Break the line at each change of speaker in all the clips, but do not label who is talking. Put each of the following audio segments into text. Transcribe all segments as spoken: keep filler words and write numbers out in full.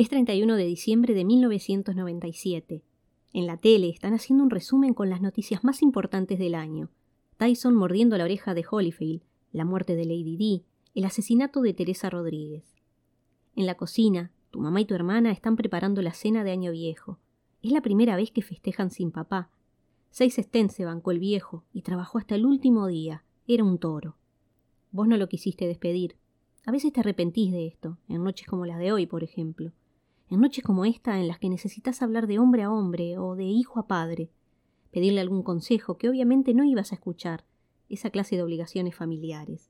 Es treinta y uno de diciembre de mil novecientos noventa y siete. En la tele están haciendo un resumen con las noticias más importantes del año. Tyson mordiendo la oreja de Holyfield, la muerte de Lady Di, el asesinato de Teresa Rodríguez. En la cocina, tu mamá y tu hermana están preparando la cena de Año Viejo. Es la primera vez que festejan sin papá. Seis stents se bancó el viejo y trabajó hasta el último día. Era un toro. Vos no lo quisiste despedir. A veces te arrepentís de esto, en noches como las de hoy, por ejemplo. En noches como esta en las que necesitas hablar de hombre a hombre o de hijo a padre. Pedirle algún consejo que obviamente no ibas a escuchar. Esa clase de obligaciones familiares.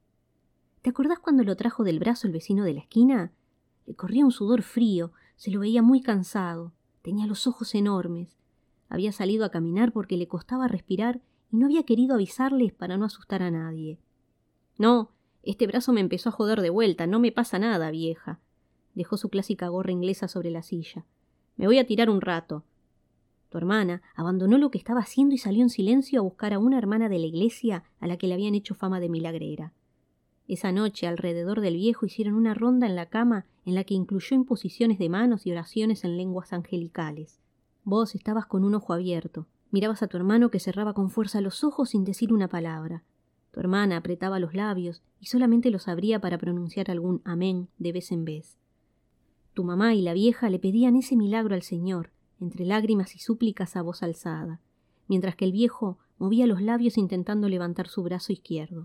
¿Te acordás cuando lo trajo del brazo el vecino de la esquina? Le corría un sudor frío, se lo veía muy cansado, tenía los ojos enormes. Había salido a caminar porque le costaba respirar y no había querido avisarles para no asustar a nadie. No, este brazo me empezó a joder de vuelta, no me pasa nada, vieja. Dejó su clásica gorra inglesa sobre la silla. Me voy a tirar un rato. Tu hermana abandonó lo que estaba haciendo y salió en silencio a buscar a una hermana de la iglesia a la que le habían hecho fama de milagrera. Esa noche, alrededor del viejo, hicieron una ronda en la cama en la que incluyó imposiciones de manos y oraciones en lenguas angelicales. Vos estabas con un ojo abierto. Mirabas a tu hermano que cerraba con fuerza los ojos sin decir una palabra. Tu hermana apretaba los labios y solamente los abría para pronunciar algún amén de vez en vez. Tu mamá y la vieja le pedían ese milagro al Señor, entre lágrimas y súplicas a voz alzada, mientras que el viejo movía los labios intentando levantar su brazo izquierdo.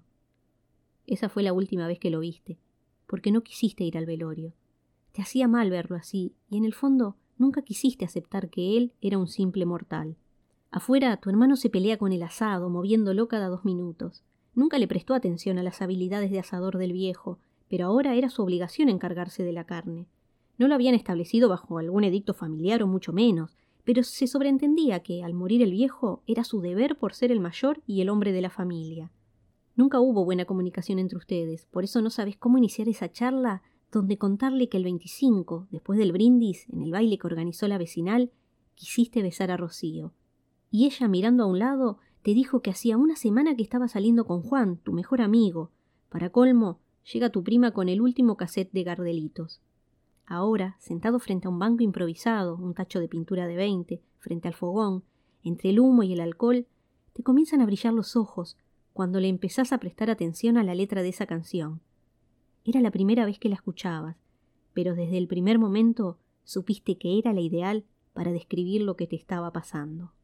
Esa fue la última vez que lo viste, porque no quisiste ir al velorio. Te hacía mal verlo así, y en el fondo nunca quisiste aceptar que él era un simple mortal. Afuera, tu hermano se pelea con el asado, moviéndolo cada dos minutos. Nunca le prestó atención a las habilidades de asador del viejo, pero ahora era su obligación encargarse de la carne. No lo habían establecido bajo algún edicto familiar o mucho menos, pero se sobreentendía que, al morir el viejo, era su deber por ser el mayor y el hombre de la familia. Nunca hubo buena comunicación entre ustedes, por eso no sabés cómo iniciar esa charla donde contarle que el veinticinco, después del brindis, en el baile que organizó la vecinal, quisiste besar a Rocío. Y ella, mirando a un lado, te dijo que hacía una semana que estaba saliendo con Juan, tu mejor amigo. Para colmo, llega tu prima con el último cassette de Gardelitos. Ahora, sentado frente a un banco improvisado, un tacho de pintura de veinte, frente al fogón, entre el humo y el alcohol, te comienzan a brillar los ojos cuando le empezás a prestar atención a la letra de esa canción. Era la primera vez que la escuchabas, pero desde el primer momento supiste que era la ideal para describir lo que te estaba pasando.